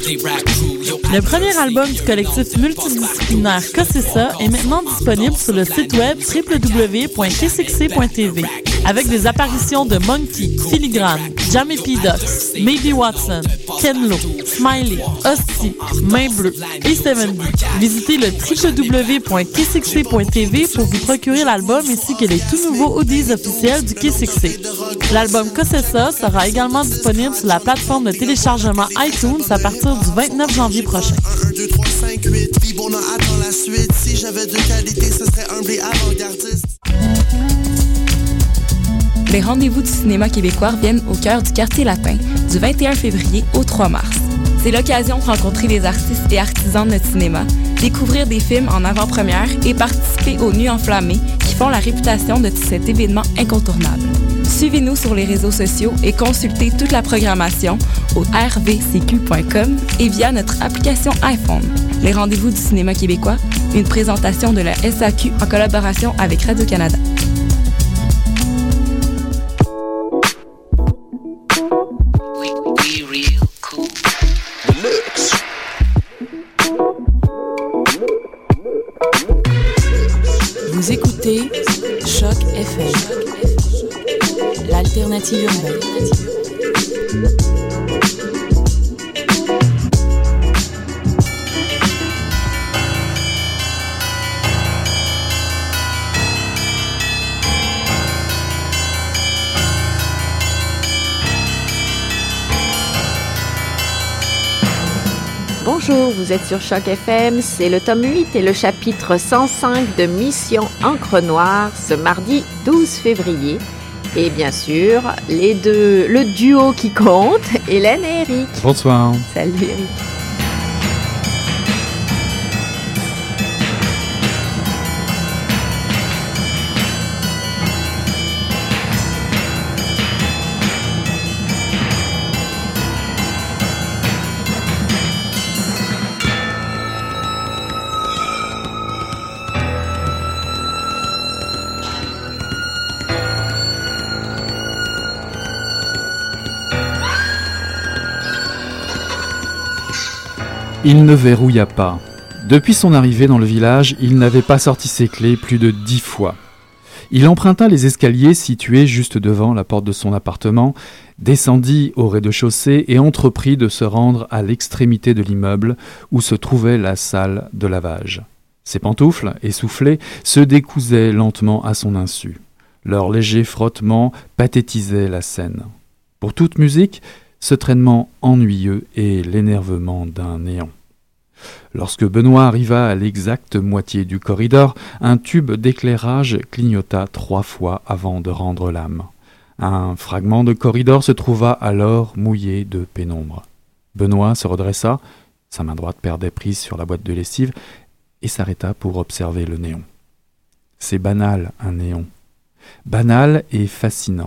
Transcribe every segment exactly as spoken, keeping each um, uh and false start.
Le premier album du collectif multidisciplinaire Cossessa est maintenant disponible sur le site web w w w point k c x c point t v avec des apparitions de Monkey, Filigrane, Jamie P. Ducks, Maybe Watson, Ken Lo, Smiley, Hostie, Main Bleue et Seven D. Visitez le w w w point k c x c point t v pour vous procurer l'album ainsi que les tout nouveaux audios officiels du K six C. L'album Cossessa sera également disponible sur la plateforme de téléchargement iTunes à partir du vingt-neuf janvier prochain. un, deux, trois, cinq, huit, puis bon, on attend la suite. Si j'avais de qualité, ce serait humble et avant-gardiste. Les rendez-vous du cinéma québécois viennent au cœur du Quartier Latin du vingt et un février au trois mars. C'est l'occasion de rencontrer les artistes et artisans de notre cinéma, découvrir des films en avant-première et participer aux Nuits enflammées qui font la réputation de cet événement incontournable. Suivez-nous sur les réseaux sociaux et consultez toute la programmation au r v c q point com et via notre application iPhone. Les rendez-vous du cinéma québécois, une présentation de la S A Q en collaboration avec Radio-Canada. Vous écoutez Choc F M, l'alternative urbaine. Bonjour, vous êtes sur Choc F M, c'est le tome huit et le chapitre cent cinq de Mission Encre Noire ce mardi douze février. Et bien sûr, les deux, le duo qui compte, Hélène et Eric. Bonsoir. Salut Eric. Il ne verrouilla pas. Depuis son arrivée dans le village, il n'avait pas sorti ses clés plus de dix fois. Il emprunta les escaliers situés juste devant la porte de son appartement, descendit au rez-de-chaussée et entreprit de se rendre à l'extrémité de l'immeuble où se trouvait la salle de lavage. Ses pantoufles, essoufflées, se décousaient lentement à son insu. Leur léger frottement pathétisait la scène. Pour toute musique, ce traînement ennuyeux et l'énervement d'un néant. Lorsque Benoît arriva à l'exacte moitié du corridor, un tube d'éclairage clignota trois fois avant de rendre l'âme. Un fragment de corridor se trouva alors mouillé de pénombre. Benoît se redressa, sa main droite perdait prise sur la boîte de lessive, et s'arrêta pour observer le néon. C'est banal, un néon. Banal et fascinant.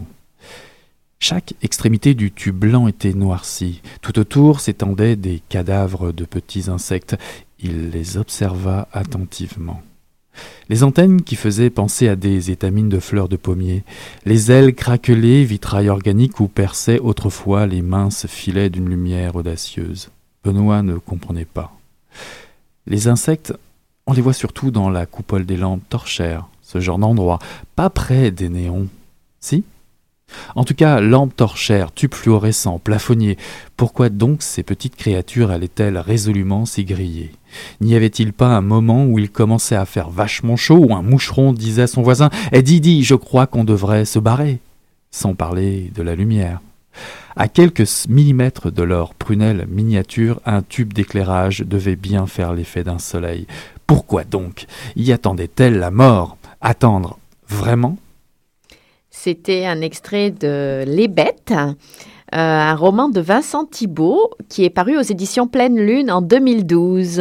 Chaque extrémité du tube blanc était noircie. Tout autour s'étendaient des cadavres de petits insectes. Il les observa attentivement. Les antennes qui faisaient penser à des étamines de fleurs de pommier, les ailes craquelées, vitrail organique où perçaient autrefois les minces filets d'une lumière audacieuse. Benoît ne comprenait pas. Les insectes, on les voit surtout dans la coupole des lampes torchères, ce genre d'endroit, pas près des néons. Si ? En tout cas, lampes torchères, tubes fluorescents, plafonniers, pourquoi donc ces petites créatures allaient-elles résolument s'y griller ? N'y avait-il pas un moment où il commençait à faire vachement chaud, où un moucheron disait à son voisin « Eh dis, dis, je crois qu'on devrait se barrer », sans parler de la lumière. À quelques millimètres de leur prunelle miniature, un tube d'éclairage devait bien faire l'effet d'un soleil. Pourquoi donc y attendait-elle la mort ? Attendre, vraiment ? C'était un extrait de Les Bêtes, euh, un roman de Vincent Thibault qui est paru aux éditions Pleine Lune en deux mille douze.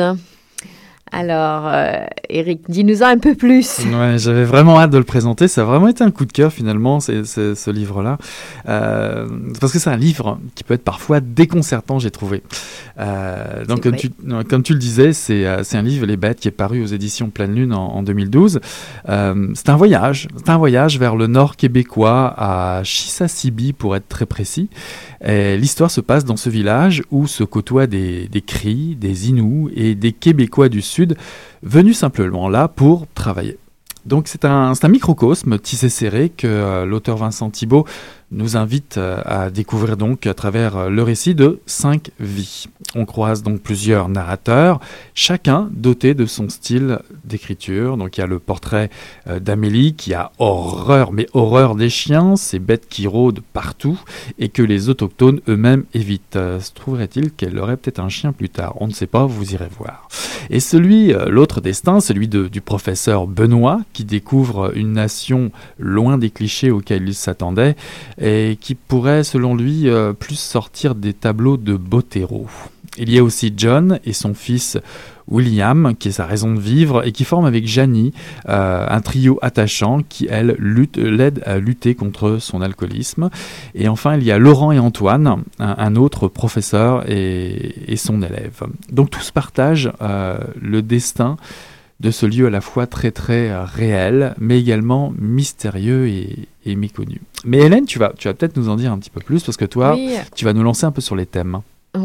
Alors, euh, Eric, dis-nous-en un peu plus. Ouais, j'avais vraiment hâte de le présenter. Ça a vraiment été un coup de cœur, finalement, c'est, c'est, ce livre-là. Euh, parce que c'est un livre qui peut être parfois déconcertant, j'ai trouvé. Euh, donc, comme tu, comme tu le disais, c'est, c'est un livre, Les Bêtes, qui est paru aux éditions Pleine Lune en, en deux mille douze. Euh, c'est un voyage. C'est un voyage vers le nord québécois, à Chisasibi, pour être très précis. Et l'histoire se passe dans ce village où se côtoient des, des Cris, des Inuits et des Québécois du Sud venus simplement là pour travailler. Donc c'est un, c'est un microcosme tissé serré que euh, l'auteur Vincent Thibault nous invite euh, à découvrir donc à travers euh, le récit de cinq vies. On croise donc plusieurs narrateurs, chacun doté de son style d'écriture. Donc il y a le portrait euh, d'Amélie qui a horreur, mais horreur des chiens, ces bêtes qui rôdent partout et que les autochtones eux-mêmes évitent. Euh, se trouverait-il qu'elle aurait peut-être un chien plus tard? On ne sait pas, vous irez voir. Et celui, euh, l'autre destin, celui de, du professeur Benoît, qui découvre une nation loin des clichés auxquels il s'attendait et qui pourrait, selon lui, euh, plus sortir des tableaux de Bottero. Il y a aussi John et son fils William, qui est sa raison de vivre, et qui forme avec Janie euh, un trio attachant qui, elle, lutte, l'aide à lutter contre son alcoolisme. Et enfin, il y a Laurent et Antoine, un, un autre professeur et, et son élève. Donc tous partagent euh, le destin de ce lieu à la fois très très euh, réel, mais également mystérieux et, et méconnu. Mais Hélène, tu vas, tu vas peut-être nous en dire un petit peu plus, parce que toi, oui. tu vas nous lancer un peu sur les thèmes.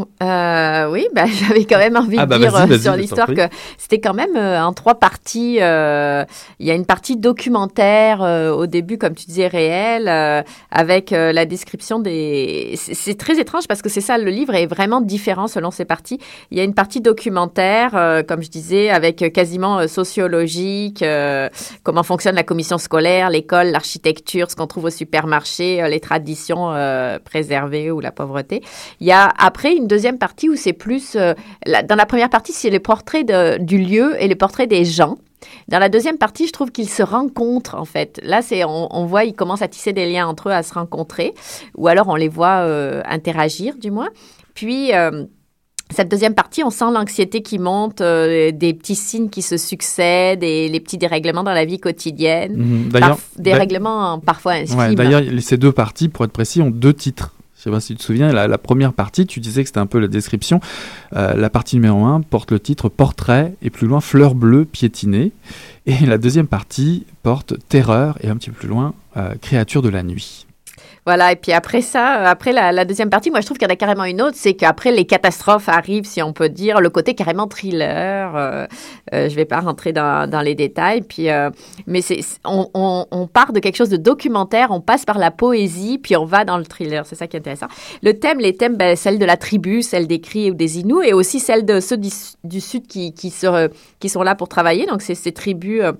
Euh, oui, bah, j'avais quand même envie ah bah de dire vas-y, vas-y, sur l'histoire que c'était quand même euh, en trois parties. Euh, il y a une partie documentaire euh, au début, comme tu disais, réelle, euh, avec euh, la description des... C'est, c'est très étrange parce que c'est ça, le livre est vraiment différent selon ses parties. Il y a une partie documentaire, euh, comme je disais, avec quasiment euh, sociologique, euh, comment fonctionne la commission scolaire, l'école, l'architecture, ce qu'on trouve au supermarché, euh, les traditions euh, préservées ou la pauvreté. Il y a après une deuxième partie où c'est plus... Euh, la, dans la première partie, c'est les portraits de, du lieu et les portraits des gens. Dans la deuxième partie, je trouve qu'ils se rencontrent, en fait. Là, c'est, on, on voit, ils commencent à tisser des liens entre eux, à se rencontrer. Ou alors, on les voit euh, interagir, du moins. Puis... Euh, Cette deuxième partie, on sent l'anxiété qui monte, euh, des petits signes qui se succèdent et les petits dérèglements dans la vie quotidienne. Mmh, d'ailleurs, Parf- des règlements parfois infimes. Ouais, d'ailleurs, ces deux parties, pour être précis, ont deux titres. Je ne sais pas si tu te souviens, la, la première partie, tu disais que c'était un peu la description. Euh, la partie numéro un porte le titre « Portrait » et plus loin « Fleurs bleues piétinées ». Et la deuxième partie porte « Terreur » et un petit peu plus loin euh, « Créature de la nuit ». Voilà, et puis après ça, après la, la deuxième partie, moi je trouve qu'il y en a carrément une autre, c'est qu'après les catastrophes arrivent, si on peut dire, le côté carrément thriller. Euh, euh, je vais pas rentrer dans, dans les détails, puis euh, mais c'est on, on, on part de quelque chose de documentaire, on passe par la poésie, puis on va dans le thriller. C'est ça qui est intéressant. Le thème, les thèmes, ben, celle de la tribu, celle des Cris ou des Inuits, et aussi celle de ceux du, du sud qui qui se, qui sont là pour travailler. Donc c'est ces tribus. Euh,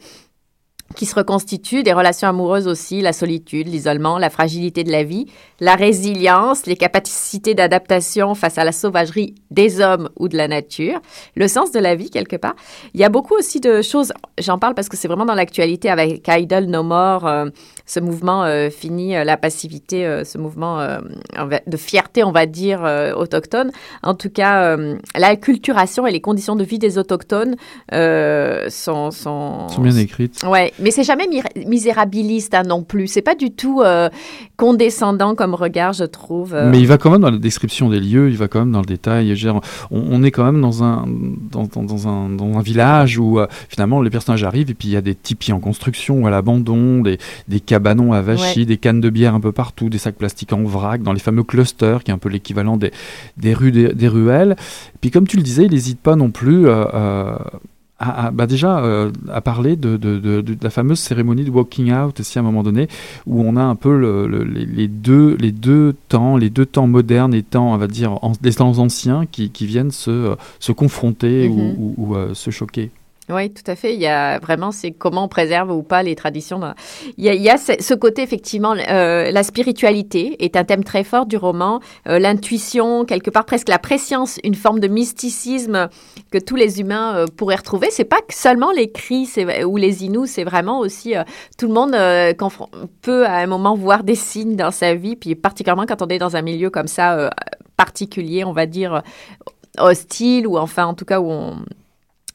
qui se reconstituent, des relations amoureuses aussi, la solitude, l'isolement, la fragilité de la vie, la résilience, les capacités d'adaptation face à la sauvagerie des hommes ou de la nature, le sens de la vie quelque part. Il y a beaucoup aussi de choses, j'en parle parce que c'est vraiment dans l'actualité avec Idle No More, euh, ce mouvement euh, fini euh, la passivité, euh, ce mouvement euh, de fierté, on va dire, euh, autochtone. En tout cas, euh, la culturation et les conditions de vie des autochtones euh, sont, sont... sont bien écrites. Ouais. Mais c'est jamais mi- misérabiliste hein, non plus. C'est pas du tout euh, condescendant comme regard, je trouve. Euh. Mais il va quand même dans la description des lieux, il va quand même dans le détail. Genre, on, on est quand même dans un, dans, dans, dans un, dans un village où euh, finalement les personnages arrivent et puis il y a des tipis en construction ou à l'abandon, des, des cabanons avachis, ouais. des cannes de bière un peu partout, des sacs plastiques en vrac, dans les fameux clusters, qui est un peu l'équivalent des, des rues, des, des ruelles. Et puis comme tu le disais, il n'hésite pas non plus... Euh, euh, À, à, bah déjà euh, à parler de, de, de, de la fameuse cérémonie de walking out aussi à un moment donné où on a un peu le, le, les, les, deux, les deux temps les deux temps modernes et temps on va dire en, les temps anciens qui, qui viennent se, se confronter mm-hmm. ou, ou, ou euh, se choquer. Oui, tout à fait. Il y a vraiment, c'est comment on préserve ou pas les traditions. Il y a, il y a ce, ce côté, effectivement, euh, la spiritualité est un thème très fort du roman. Euh, l'intuition, quelque part, presque la préscience, une forme de mysticisme que tous les humains euh, pourraient retrouver. C'est pas que seulement les Cris c'est, ou les Inuits, c'est vraiment aussi euh, tout le monde euh, peut à un moment voir des signes dans sa vie, puis particulièrement quand on est dans un milieu comme ça, euh, particulier, on va dire, hostile, ou enfin, en tout cas, où on...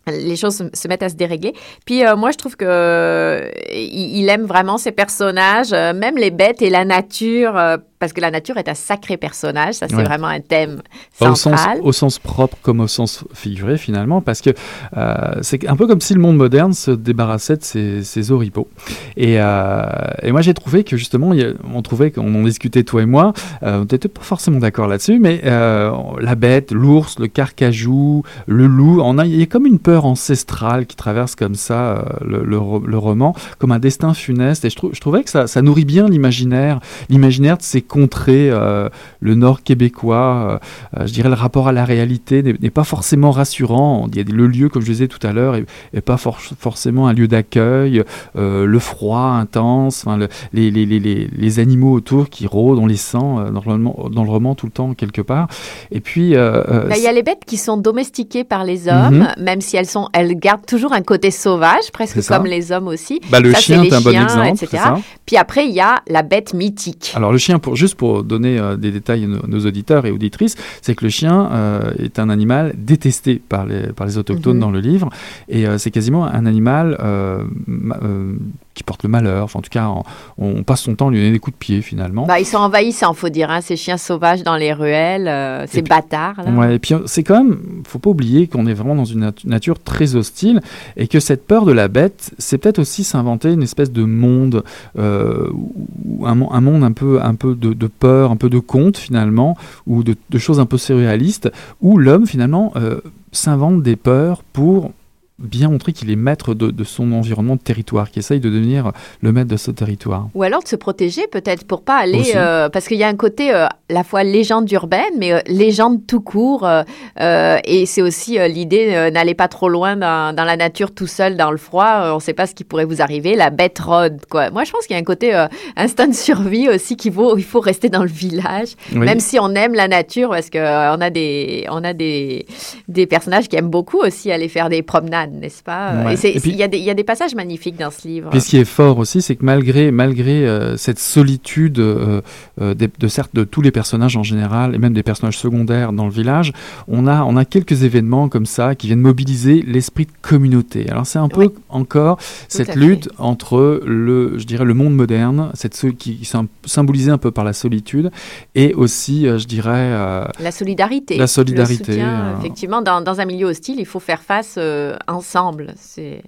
les choses se, se mettent à se dérégler. Puis euh, moi, je trouve que euh, il, il aime vraiment ses personnages, euh, même les bêtes et la nature, euh, parce que la nature est un sacré personnage. Ça, c'est ouais. vraiment un thème central. Au sens, au sens propre comme au sens figuré, finalement, parce que euh, c'est un peu comme si le monde moderne se débarrassait de ses, ses oripeaux. Et, euh, et moi, j'ai trouvé que, justement, il y a, on trouvait qu'on en discutait, toi et moi, euh, on n'était pas forcément d'accord là-dessus, mais euh, la bête, l'ours, le carcajou, le loup, on a, il y a comme une peur ancestrale qui traverse comme ça euh, le, le, le roman, comme un destin funeste. Et je, trou- je trouvais que ça, ça nourrit bien l'imaginaire, l'imaginaire de ces contrées, euh, le nord québécois. Euh, je dirais le rapport à la réalité n'est, n'est pas forcément rassurant. Il y a le lieu, comme je disais tout à l'heure, est, est pas for- forcément un lieu d'accueil. Euh, le froid intense, enfin, le, les, les, les, les, les animaux autour qui rôdent, on les sent euh, dans, le roman, dans le roman tout le temps quelque part. Et puis, euh, euh, ben, il y a les bêtes qui sont domestiquées par les hommes, mm-hmm. même si elles sont, elles gardent toujours un côté sauvage, presque comme les hommes aussi. Bah, le ça, chien c'est est un chiens, bon exemple. et cetera. Puis après, il y a la bête mythique. Alors le chien, pour, juste pour donner euh, des détails à nos, nos auditeurs et auditrices, c'est que le chien euh, est un animal détesté par les, par les autochtones mm-hmm. dans le livre, et euh, c'est quasiment un animal euh, euh, qui porte le malheur. Enfin, en tout cas, on, on passe son temps à lui donner des coups de pied, finalement. Bah, ils sont envahissants, il faut dire, hein, ces chiens sauvages dans les ruelles, euh, ces puis, bâtards. Là. Ouais, et puis, c'est quand même, il ne faut pas oublier qu'on est vraiment dans une nat- nature très hostile, et que cette peur de la bête, c'est peut-être aussi s'inventer une espèce de monde, euh, un, un monde un peu, un peu de, de peur, un peu de conte, finalement, ou de, de choses un peu surréalistes, où l'homme, finalement, euh, s'invente des peurs pour bien montrer qu'il est maître de, de son environnement de territoire, qui essaye de devenir le maître de ce territoire. Ou alors de se protéger peut-être pour pas aller... Euh, parce qu'il y a un côté euh, à la fois légende urbaine, mais euh, légende tout court. Euh, euh, et c'est aussi euh, l'idée, euh, n'allez pas trop loin dans, dans la nature tout seul, dans le froid. Euh, on ne sait pas ce qui pourrait vous arriver. La bête rôde, quoi. Moi, je pense qu'il y a un côté euh, instinct de survie aussi qu'il faut, il faut rester dans le village, oui. Même si on aime la nature, parce qu'on euh, a, des, on a des, des personnages qui aiment beaucoup aussi aller faire des promenades, n'est-ce pas? Ouais. Et c'est, et puis, il y a des, il y a des passages magnifiques dans ce livre. Puis ce qui est fort aussi, c'est que malgré, malgré euh, cette solitude euh, euh, de, de certes de tous les personnages en général, et même des personnages secondaires dans le village, on a, on a quelques événements comme ça qui viennent mobiliser l'esprit de communauté. Alors c'est un peu oui. encore cette lutte fait. entre le, je dirais, le monde moderne, cette qui, qui symbolisée un peu par la solitude, et aussi, euh, je dirais, euh, la solidarité. La solidarité. Le soutien, euh... Effectivement, dans, dans un milieu hostile, il faut faire face euh, ensemble. C'est...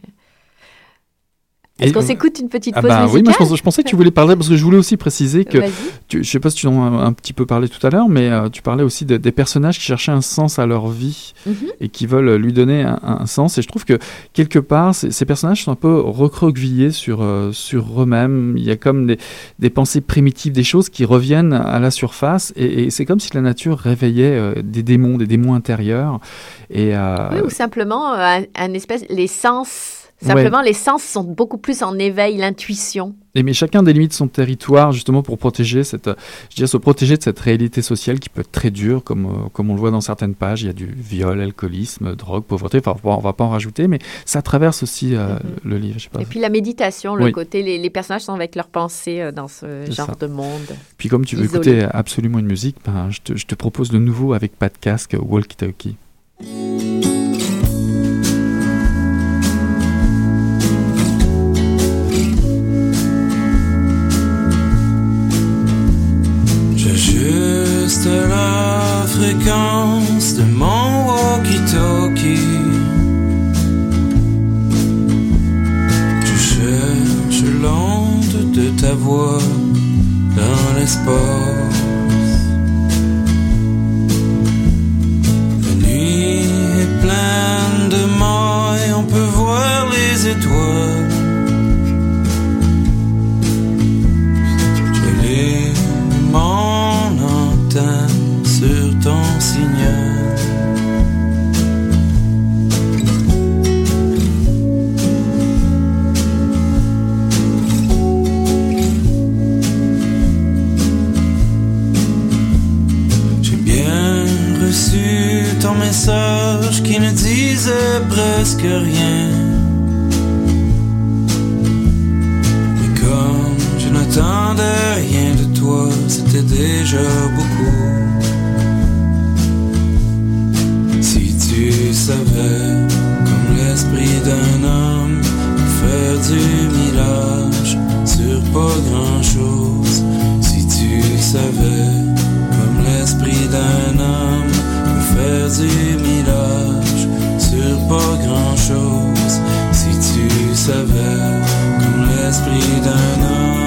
Est-ce et qu'on euh... s'écoute une petite pause ah bah, musicale? Oui, moi je pensais, je pensais que tu voulais parler, parce que je voulais aussi préciser que, tu, je ne sais pas si tu en as un, un petit peu parlé tout à l'heure, mais euh, tu parlais aussi de, des personnages qui cherchaient un sens à leur vie mm-hmm. et qui veulent lui donner un, un sens. Et je trouve que quelque part, ces, ces personnages sont un peu recroquevillés sur, euh, sur eux-mêmes. Il y a comme des, des pensées primitives, des choses qui reviennent à la surface, et, et c'est comme si la nature réveillait euh, des démons, des démons intérieurs. Et, euh... oui, ou simplement euh, un, un espèce, les sens... Simplement, ouais. les sens sont beaucoup plus en éveil, l'intuition. Et mais chacun délimite son territoire justement pour protéger cette, je dirais, se protéger de cette réalité sociale qui peut être très dure, comme, euh, comme on le voit dans certaines pages. Il y a du viol, alcoolisme, drogue, pauvreté. Enfin, on ne va pas en rajouter, mais ça traverse aussi euh, mm-hmm. le livre. Je sais pas. Et puis la méditation, le oui. côté, les, les personnages sont avec leurs pensées euh, dans ce C'est genre ça. de monde. Puis comme tu veux isolé. écouter absolument une musique, ben, je, te, je te propose de nouveau avec pas de casque, Walkie Talkie. J'ajuste la fréquence de mon walkie-talkie. Je cherche l'onde de ta voix dans l'espace. La nuit est pleine de mailles, on peut voir les étoiles. Je lis mon antenne sur ton signal. J'ai bien reçu ton message qui ne disait presque rien. Mais comme je n'attendais rien de toi, c'était déjà beaucoup. Si tu savais comme les faire du millage sur pas grand chose. Si tu savais comme l'esprit d'un homme.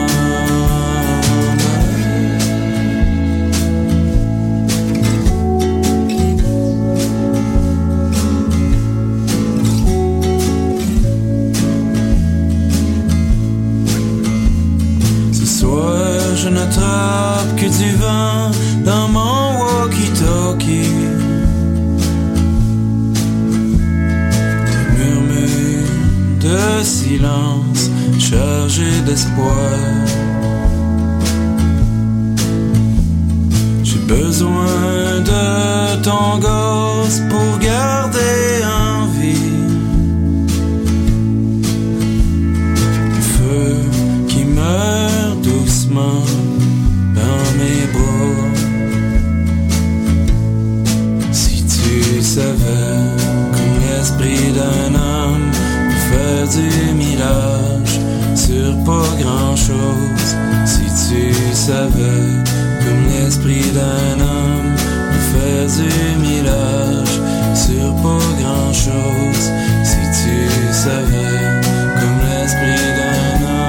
Je n'attrape que du vent dans mon walkie-talkie. Des murmures de silence chargés d'espoir. J'ai besoin de ton gosse pour garder en vie. Le feu qui meurt doucement dans mes bras. Si tu savais comme l'esprit d'un homme peut faire du millage sur pas grand chose. Si tu savais comme l'esprit d'un homme peut faire du millage sur pas grand chose. Si tu savais comme l'esprit d'un homme.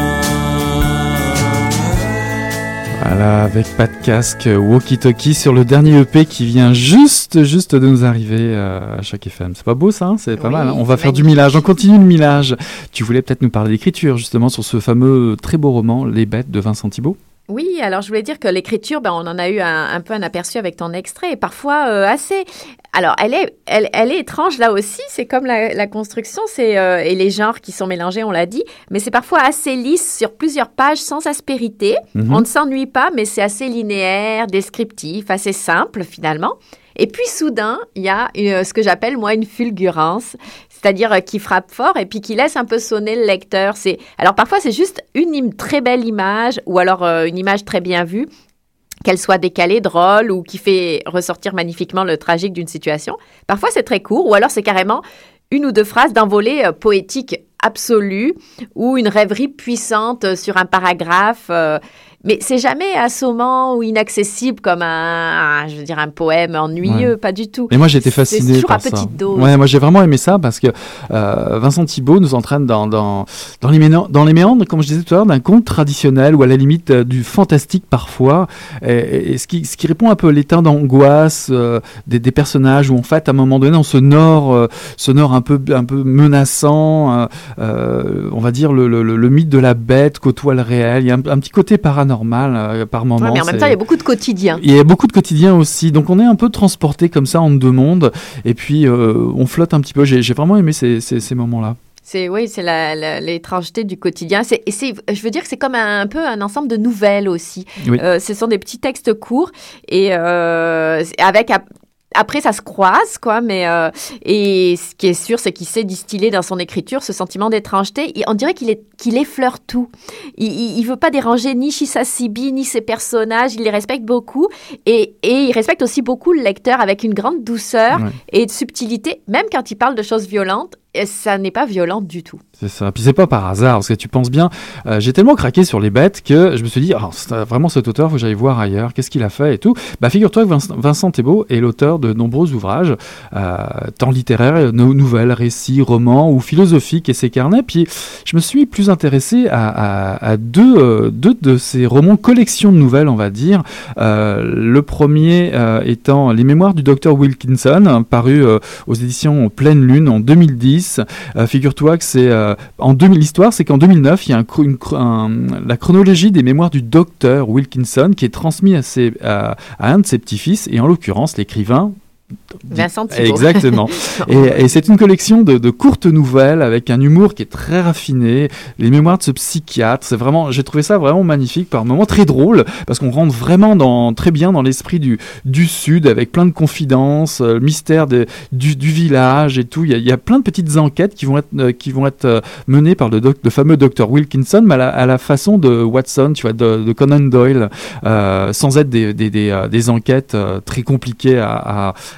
Voilà, avec pas de casque, Walkie Talkie sur le dernier E P qui vient juste, juste de nous arriver euh, à Choc F M. C'est pas beau ça, hein, c'est pas oui, mal. Hein, on va faire magnifique. Du millage, on continue le millage. Tu voulais peut-être nous parler d'écriture justement sur ce fameux très beau roman Les Bêtes de Vincent Thibault. Oui, alors je voulais dire que l'écriture, ben, on en a eu un, un peu un aperçu avec ton extrait, et parfois euh, assez... Alors, elle est, elle, elle est étrange là aussi, c'est comme la, la construction c'est, euh, et les genres qui sont mélangés, on l'a dit, mais c'est parfois assez lisse sur plusieurs pages sans aspérité. Mm-hmm. On ne s'ennuie pas, mais c'est assez linéaire, descriptif, assez simple finalement. Et puis soudain, il y a euh, ce que j'appelle moi une fulgurance, c'est-à-dire euh, qui frappe fort et puis qui laisse un peu sonner le lecteur. C'est... Alors parfois, c'est juste une im- très belle image ou alors euh, une image très bien vue, qu'elle soit décalée, drôle ou qui fait ressortir magnifiquement le tragique d'une situation. Parfois, c'est très court ou alors c'est carrément une ou deux phrases d'envolée euh, poétique absolue ou une rêverie puissante sur un paragraphe. Euh, mais c'est jamais assommant ou inaccessible comme un, un je veux dire, un poème ennuyeux, ouais. Pas du tout. Mais moi, j'ai été fasciné par ça. C'est toujours à petite dose. Ouais, moi, j'ai vraiment aimé ça parce que euh, Vincent Thibault nous entraîne dans, dans, dans, les méandres, dans les méandres, comme je disais tout à l'heure, d'un conte traditionnel ou à la limite euh, du fantastique parfois, et, et ce, qui, ce qui répond un peu à l'état d'angoisse euh, des, des personnages où en fait, à un moment donné, on sonore, euh, sonore un peu, un peu menaçant, euh, euh, on va dire le, le, le, le mythe de la bête côtoie le réel, il y a un, un petit côté paranormal. Normal euh, par moment. Ouais, mais en même c'est... temps, il y a beaucoup de quotidien. Il y a beaucoup de quotidien aussi. Donc, on est un peu transporté comme ça en deux mondes. Et puis, euh, on flotte un petit peu. J'ai, j'ai vraiment aimé ces, ces, ces moments-là. C'est, oui, c'est la, la, l'étrangeté du quotidien. C'est, et c'est, je veux dire que c'est comme un, un peu un ensemble de nouvelles aussi. Oui. Euh, ce sont des petits textes courts et euh, avec... Après, ça se croise, quoi, mais euh, et ce qui est sûr, c'est qu'il sait distiller dans son écriture ce sentiment d'étrangeté. Et on dirait qu'il, est, qu'il effleure tout. Il, il, il veut pas déranger ni Chissa Sibi, ni ses personnages. Il les respecte beaucoup. Et, et il respecte aussi beaucoup le lecteur avec une grande douceur ouais. et de subtilité, même quand il parle de choses violentes. Et ça n'est pas violent du tout. C'est ça. Puis c'est pas par hasard, parce que tu penses bien, euh, j'ai tellement craqué sur Les Bêtes que je me suis dit, oh, c'est vraiment cet auteur, faut que j'aille voir ailleurs, qu'est-ce qu'il a fait et tout. Bah, figure-toi que Vincent, Vincent Thibault est l'auteur de nombreux ouvrages, euh, tant littéraires, no- nouvelles, récits, romans ou philosophiques et ses carnets. Puis je me suis plus intéressé à, à, à deux, euh, deux de ces romans, collection de nouvelles, on va dire. Euh, le premier euh, étant Les Mémoires du docteur Wilkinson, paru euh, aux éditions Pleine Lune en deux mille dix. Euh, figure-toi que c'est euh, en deux mille, l'histoire, c'est qu'en deux mille neuf, il y a un, une, un, la chronologie des mémoires du docteur Wilkinson qui est transmise à, ses, à, à un de ses petits-fils, et en l'occurrence l'écrivain Vincent Thibault. Exactement. et, et c'est une collection de, de courtes nouvelles avec un humour qui est très raffiné. Les mémoires de ce psychiatre, c'est vraiment, j'ai trouvé ça vraiment magnifique, par moments très drôle, parce qu'on rentre vraiment dans, très bien dans l'esprit du, du Sud, avec plein de confidences, euh, le mystère de, du, du village et tout. Il y, a, il y a plein de petites enquêtes qui vont être, euh, qui vont être euh, menées par le, doc, le fameux docteur Wilkinson, mais à la, à la façon de Watson, tu vois, de, de Conan Doyle, euh, sans être des, des, des, euh, des enquêtes euh, très compliquées à, à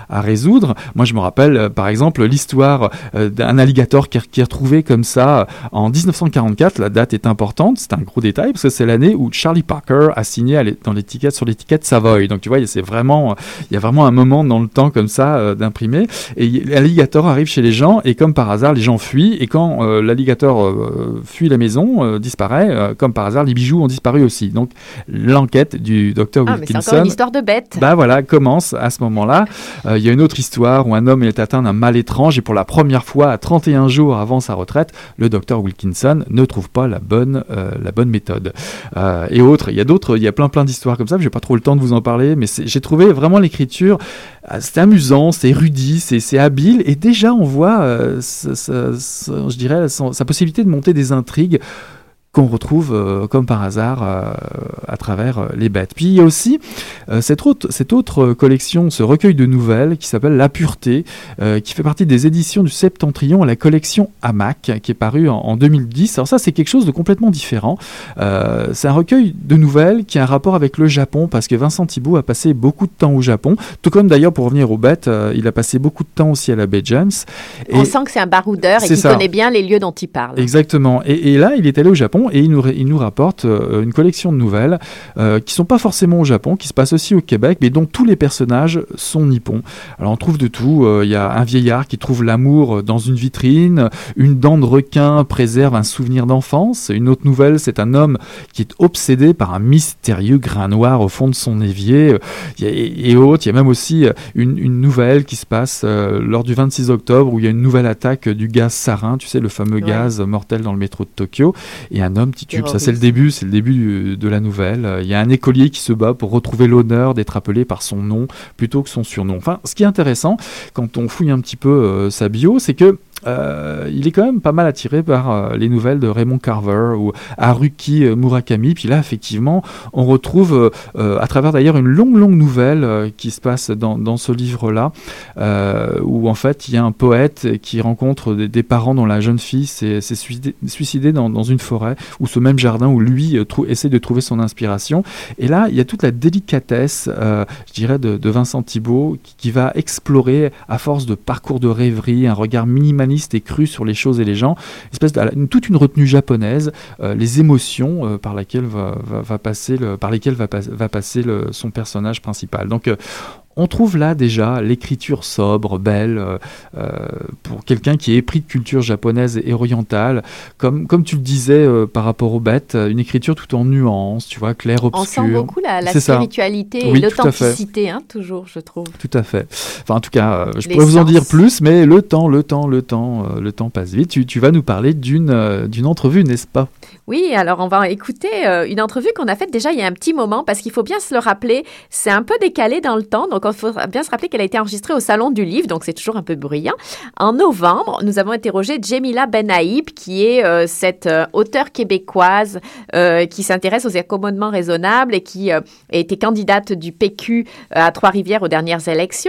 à résoudre. Moi, je me rappelle, euh, par exemple, l'histoire euh, d'un alligator qui, qui est retrouvé comme ça euh, en dix-neuf cent quarante-quatre. La date est importante, c'est un gros détail parce que c'est l'année où Charlie Parker a signé dans l'étiquette, sur l'étiquette Savoy. Donc tu vois, c'est vraiment, il y a vraiment un moment dans le temps comme ça euh, d'imprimer. Et l'alligator arrive chez les gens et comme par hasard, les gens fuient. Et quand euh, l'alligator euh, fuit la maison, euh, disparaît, euh, comme par hasard, les bijoux ont disparu aussi. Donc l'enquête du docteur ah, Wilkinson. Mais c'est encore une histoire de bête. Bah voilà, commence à ce moment-là. Euh, il y a une autre histoire où un homme est atteint d'un mal étrange et pour la première fois, à trente et un jours avant sa retraite, le docteur Wilkinson ne trouve pas la bonne, euh, la bonne méthode. Euh, et autres, il y a d'autres, il y a plein plein d'histoires comme ça. J'ai pas trop le temps de vous en parler, mais c'est, j'ai trouvé vraiment l'écriture, euh, c'est amusant, c'est érudit, c'est, c'est habile et déjà on voit, euh, ça, ça, ça, je dirais, sa, sa possibilité de monter des intrigues qu'on retrouve euh, comme par hasard euh, à travers euh, les bêtes. Puis il y a aussi euh, cette, autre, cette autre collection, ce recueil de nouvelles qui s'appelle La Pureté, euh, qui fait partie des éditions du Septentrion, la collection Hamac, qui est parue en, en deux mille dix. Alors ça, c'est quelque chose de complètement différent. Euh, c'est un recueil de nouvelles qui a un rapport avec le Japon, parce que Vincent Thibault a passé beaucoup de temps au Japon, tout comme d'ailleurs, pour revenir aux bêtes, euh, il a passé beaucoup de temps aussi à la baie James. Et on sent que c'est un baroudeur et qu'il ça. connaît bien les lieux dont il parle. Exactement. Et, et là, il est allé au Japon et il nous, il nous rapporte euh, une collection de nouvelles euh, qui ne sont pas forcément au Japon, qui se passent aussi au Québec, mais dont tous les personnages sont nippons. Alors on trouve de tout. Il euh, y a un vieillard qui trouve l'amour dans une vitrine, une dent de requin préserve un souvenir d'enfance. Une autre nouvelle, c'est un homme qui est obsédé par un mystérieux grain noir au fond de son évier. Y a, et, et autres. Il y a même aussi une, une nouvelle qui se passe euh, lors du vingt-six octobre où il y a une nouvelle attaque du gaz sarin, tu sais, le fameux ouais. gaz mortel dans le métro de Tokyo. Et un homme titube. Ça, c'est le début, c'est le début de la nouvelle. Il y a un écolier qui se bat pour retrouver l'honneur d'être appelé par son nom plutôt que son surnom. Enfin, ce qui est intéressant, quand on fouille un petit peu euh, sa bio, c'est que Euh, il est quand même pas mal attiré par euh, les nouvelles de Raymond Carver ou Haruki Murakami. Puis là, effectivement, on retrouve, euh, à travers d'ailleurs une longue, longue nouvelle euh, qui se passe dans, dans ce livre-là, euh, où en fait, il y a un poète qui rencontre des, des parents dont la jeune fille s'est, s'est suicidée, suicidée dans, dans une forêt, ou ce même jardin où lui euh, trou- essaie de trouver son inspiration. Et là, il y a toute la délicatesse, euh, je dirais, de, de Vincent Thibault, qui, qui va explorer, à force de parcours de rêverie, un regard minimaliste et cru sur les choses et les gens, espèce de, une, toute une retenue japonaise, euh, les émotions euh, par laquelle va, va, va passer le, par lesquelles va, pas, va passer le, son personnage principal. Donc euh, on trouve là déjà l'écriture sobre, belle, euh, euh, pour quelqu'un qui est épris de culture japonaise et orientale. Comme, comme tu le disais euh, par rapport aux bêtes, une écriture tout en nuances, tu vois, clair, obscur. On sent beaucoup la, la spiritualité ça. et oui, l'authenticité, hein, toujours, je trouve. Tout à fait. Enfin, en tout cas, euh, je Les pourrais sens. vous en dire plus, mais le temps, le temps, le temps, euh, le temps passe vite. Tu, tu vas nous parler d'une, euh, d'une entrevue, n'est-ce pas? Oui, alors on va écouter euh, une entrevue qu'on a faite déjà il y a un petit moment, parce qu'il faut bien se le rappeler, c'est un peu décalé dans le temps, donc il faut bien se rappeler qu'elle a été enregistrée au Salon du Livre, donc c'est toujours un peu bruyant. En novembre, nous avons interrogé Djemila Benaïb, qui est euh, cette euh, auteure québécoise euh, qui s'intéresse aux accommodements raisonnables et qui euh, a été candidate du P Q euh, à Trois-Rivières aux dernières élections.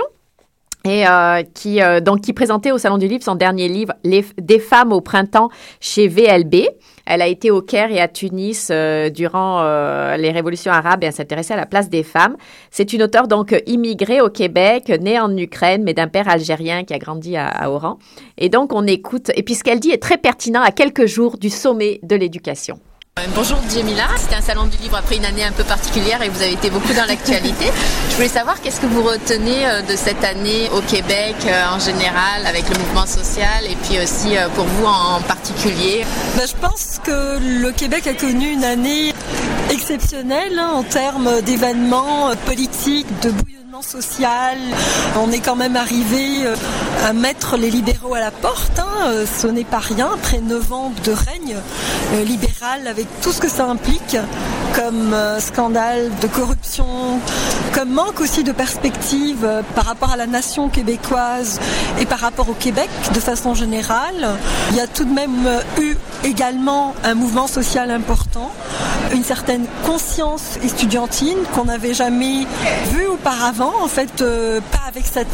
Et euh, qui, euh, donc, qui présentait au Salon du Livre son dernier livre, Les, Des femmes au printemps chez V L B. Elle a été au Caire et à Tunis euh, durant euh, les révolutions arabes et elle s'intéressait à la place des femmes. C'est une auteure donc immigrée au Québec, née en Ukraine, mais d'un père algérien qui a grandi à, à Oran. Et donc, on écoute, et puis ce qu'elle dit est très pertinent à quelques jours du sommet de l'éducation. Bonjour Djemila, c'était un salon du livre après une année un peu particulière et vous avez été beaucoup dans l'actualité. Je voulais savoir qu'est-ce que vous retenez de cette année au Québec en général avec le mouvement social et puis aussi pour vous en particulier. Ben, je pense que le Québec a connu une année exceptionnelle hein, en termes d'événements politiques, de bouillonnement social. On est quand même arrivé à mettre les libéraux à la porte. Hein. Ce n'est pas rien après neuf ans de règne libéral avec tout ce que ça implique comme euh, scandale de corruption, comme manque aussi de perspective euh, par rapport à la nation québécoise et par rapport au Québec de façon générale. Il y a tout de même euh, eu également un mouvement social important, une certaine conscience estudiantine qu'on n'avait jamais vue auparavant, en fait, euh, pas avec cette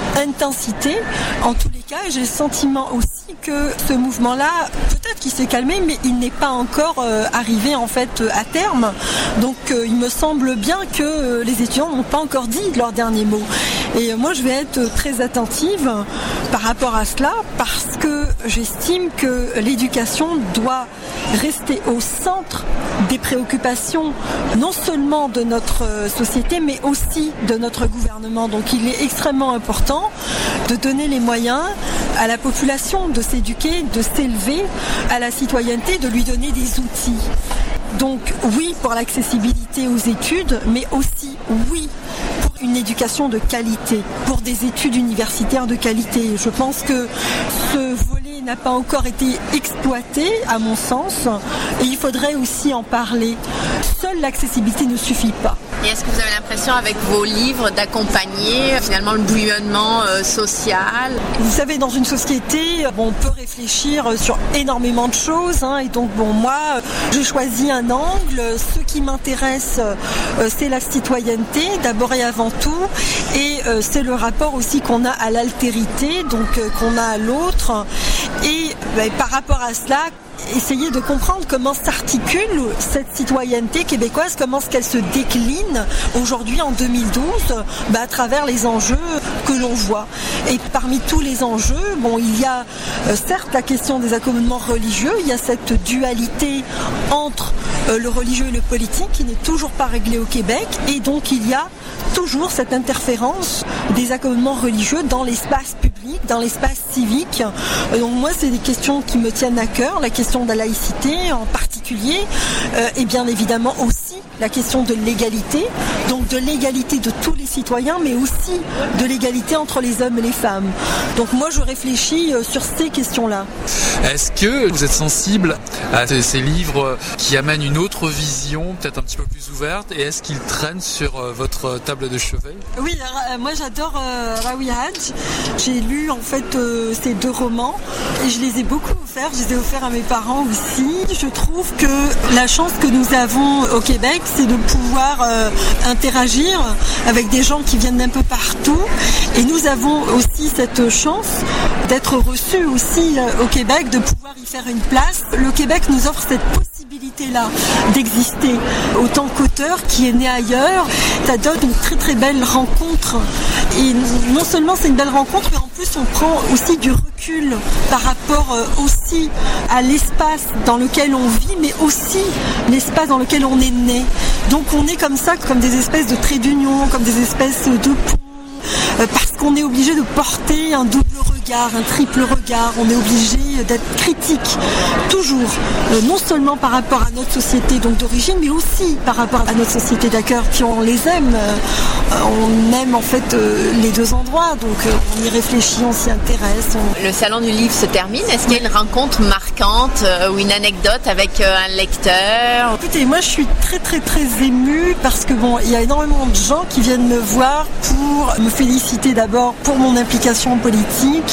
intensité. En tous les cas, j'ai le sentiment aussi que ce mouvement-là, peut-être qu'il s'est calmé, mais il n'est pas encore euh, arrivé en fait à terme. Donc euh, il me semble bien que euh, les étudiants n'ont pas encore dit leur dernier mot. Et euh, moi, je vais être très attentive par rapport à cela, parce que j'estime que l'éducation doit rester au centre des préoccupations, non seulement de notre société, mais aussi de notre gouvernement. Donc il est extrêmement important de donner les moyens à la population de s'éduquer, de s'élever à la citoyenneté, de lui donner des outils. Donc oui pour l'accessibilité aux études, mais aussi oui pour une éducation de qualité, pour des études universitaires de qualité. Je pense que ce volet n'a pas encore été exploité, à mon sens, et il faudrait aussi en parler. Seule l'accessibilité ne suffit pas. Et est-ce que vous avez l'impression, avec vos livres, d'accompagner finalement le bouillonnement euh, social ? Vous savez, dans une société, bon, on peut réfléchir sur énormément de choses, hein, et donc bon, moi, j'ai choisi un angle. Ce qui m'intéresse, euh, c'est la citoyenneté, d'abord et avant tout, et euh, c'est le rapport aussi qu'on a à l'altérité, donc euh, qu'on a à l'autre, et bah, par rapport à cela, essayer de comprendre comment s'articule cette citoyenneté québécoise, comment est-ce qu'elle se décline aujourd'hui en deux mille douze bah, à travers les enjeux que l'on voit. Et parmi tous les enjeux, bon, il y a euh, certes la question des accommodements religieux, il y a cette dualité entre euh, le religieux et le politique qui n'est toujours pas réglée au Québec, et donc il y a toujours cette interférence des accommodements religieux dans l'espace public, dans l'espace civique. Donc moi, c'est des questions qui me tiennent à cœur, la question de la laïcité en particulier, euh, et bien évidemment aussi la question de l'égalité, donc de l'égalité de tous les citoyens, mais aussi de l'égalité entre les hommes et les femmes. Donc moi, je réfléchis euh, sur ces questions-là. Est-ce que vous êtes sensible à ces, ces livres qui amènent une autre vision, peut-être un petit peu plus ouverte, et est-ce qu'ils traînent sur euh, votre table de chevet ? Oui, euh, moi j'adore euh, Rawi Hadj. J'ai lu en fait euh, ces deux romans et je les ai beaucoup offerts. Je les ai offerts à mes parents aussi. Je trouve que la chance que nous avons au Québec, c'est de pouvoir euh, interagir avec des gens qui viennent d'un peu partout. Et nous avons aussi cette chance d'être reçus aussi euh, au Québec, de pouvoir y faire une place. Le Québec nous offre cette possibilité-là d'exister autant qu'auteur qui est né ailleurs. Ça donne une très très belle rencontre. Et non seulement c'est une belle rencontre, mais en plus on prend aussi du recul par rapport euh, aussi à l'espace dans lequel on vit, mais aussi l'espace dans lequel on est né. Donc on est comme ça, comme des espèces de traits d'union, comme des espèces de ponts, euh, parce qu'on est obligé de porter un double regard, un triple regard. On est obligé d'être critique, toujours, euh, non seulement par rapport à notre société donc d'origine, mais aussi par rapport à notre société d'accueil. Puis on les aime, euh, on aime en fait euh, les deux endroits, donc euh, on y réfléchit, on s'y intéresse. On... Le salon du livre se termine. Est-ce qu'il y a une rencontre marquante euh, ou une anecdote avec euh, un lecteur ? Écoutez, moi je suis très très très émue parce que bon, il y a énormément de gens qui viennent me voir pour me féliciter d'abord pour mon implication politique,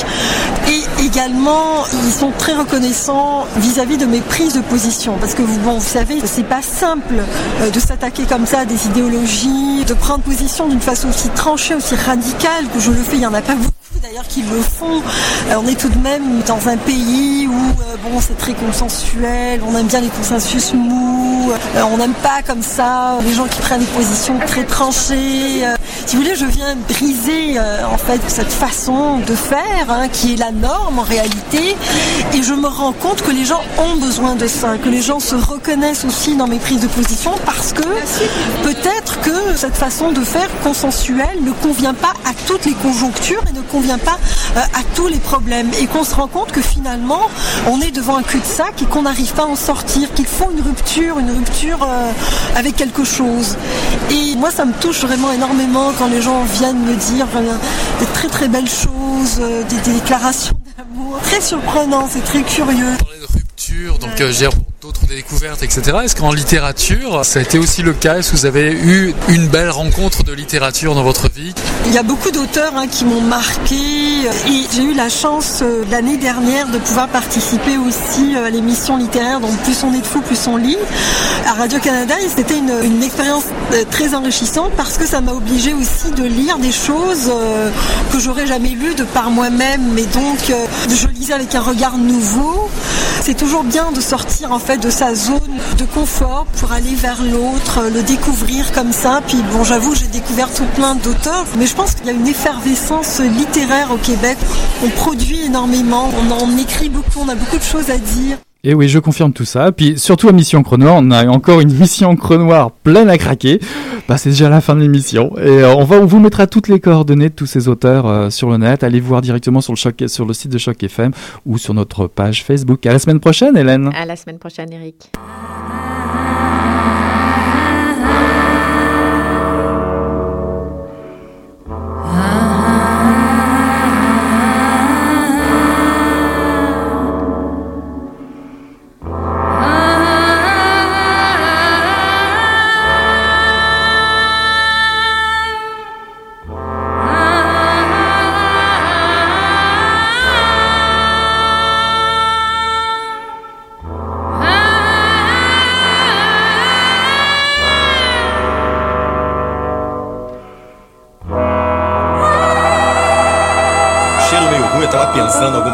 et également ils sont très reconnaissants vis-à-vis de mes prises de position, parce que vous, bon, vous savez, c'est pas simple euh, de s'attaquer comme ça à des idéologies, de prendre position d'une façon aussi tranchée, aussi radicale que je le fais. Il y en a pas beaucoup d'ailleurs qui le font. Euh, on est tout de même dans un pays où euh, bon, c'est très consensuel, on aime bien les consensus mous, euh, on n'aime pas comme ça les gens qui prennent des positions très tranchées. Euh, si vous voulez, je viens briser euh, en fait cette façon de faire hein, qui est la norme en réalité, et je me rends compte que les gens ont besoin de ça, que les gens se reconnaissent aussi dans mes prises de position, parce que peut-être que cette façon de faire consensuelle ne convient pas à toutes les conjonctures et ne convient pas euh, à tous les problèmes, et qu'on se rend compte que finalement on est devant un cul-de-sac et qu'on n'arrive pas à en sortir, qu'il faut une rupture, une rupture euh, avec quelque chose. Et moi ça me touche vraiment énormément quand les gens viennent me dire euh, des très très belles choses, euh, des, des déclarations d'amour très surprenantes, c'est très curieux. On parlait de rupture, donc euh, j'ai pour d'autres pour des découvertes, et cetera. Est-ce qu'en littérature, ça a été aussi le cas? Est-ce que vous avez eu une belle rencontre de littérature dans votre vie? Il y a beaucoup d'auteurs hein, qui m'ont marqué et j'ai eu la chance euh, l'année dernière de pouvoir participer aussi euh, à l'émission littéraire, donc Plus on est de fous, plus on lit, à Radio-Canada, et c'était une, une expérience euh, très enrichissante parce que ça m'a obligée aussi de lire des choses euh, que j'aurais jamais lues de par moi-même, mais donc euh, je lisais avec un regard nouveau. C'est toujours bien de sortir en fait de sa zone de confort pour aller vers l'autre, le découvrir comme ça. Puis bon, j'avoue, j'ai découvert tout plein d'auteurs, mais je pense qu'il y a une effervescence littéraire au Québec. On produit énormément, on en écrit beaucoup, on a beaucoup de choses à dire. Et oui, je confirme tout ça. Puis surtout à Mission Encre Noire, on a encore une Mission Encre Noire pleine à craquer. Bah, c'est déjà la fin de l'émission. Et euh, on va, on vous mettra toutes les coordonnées de tous ces auteurs euh, sur le net. Allez voir directement sur le, Choc, sur le site de Choc F M ou sur notre page Facebook. À la semaine prochaine, Hélène. À la semaine prochaine, Eric. Cheiro meio ruim, eu tava pensando alguma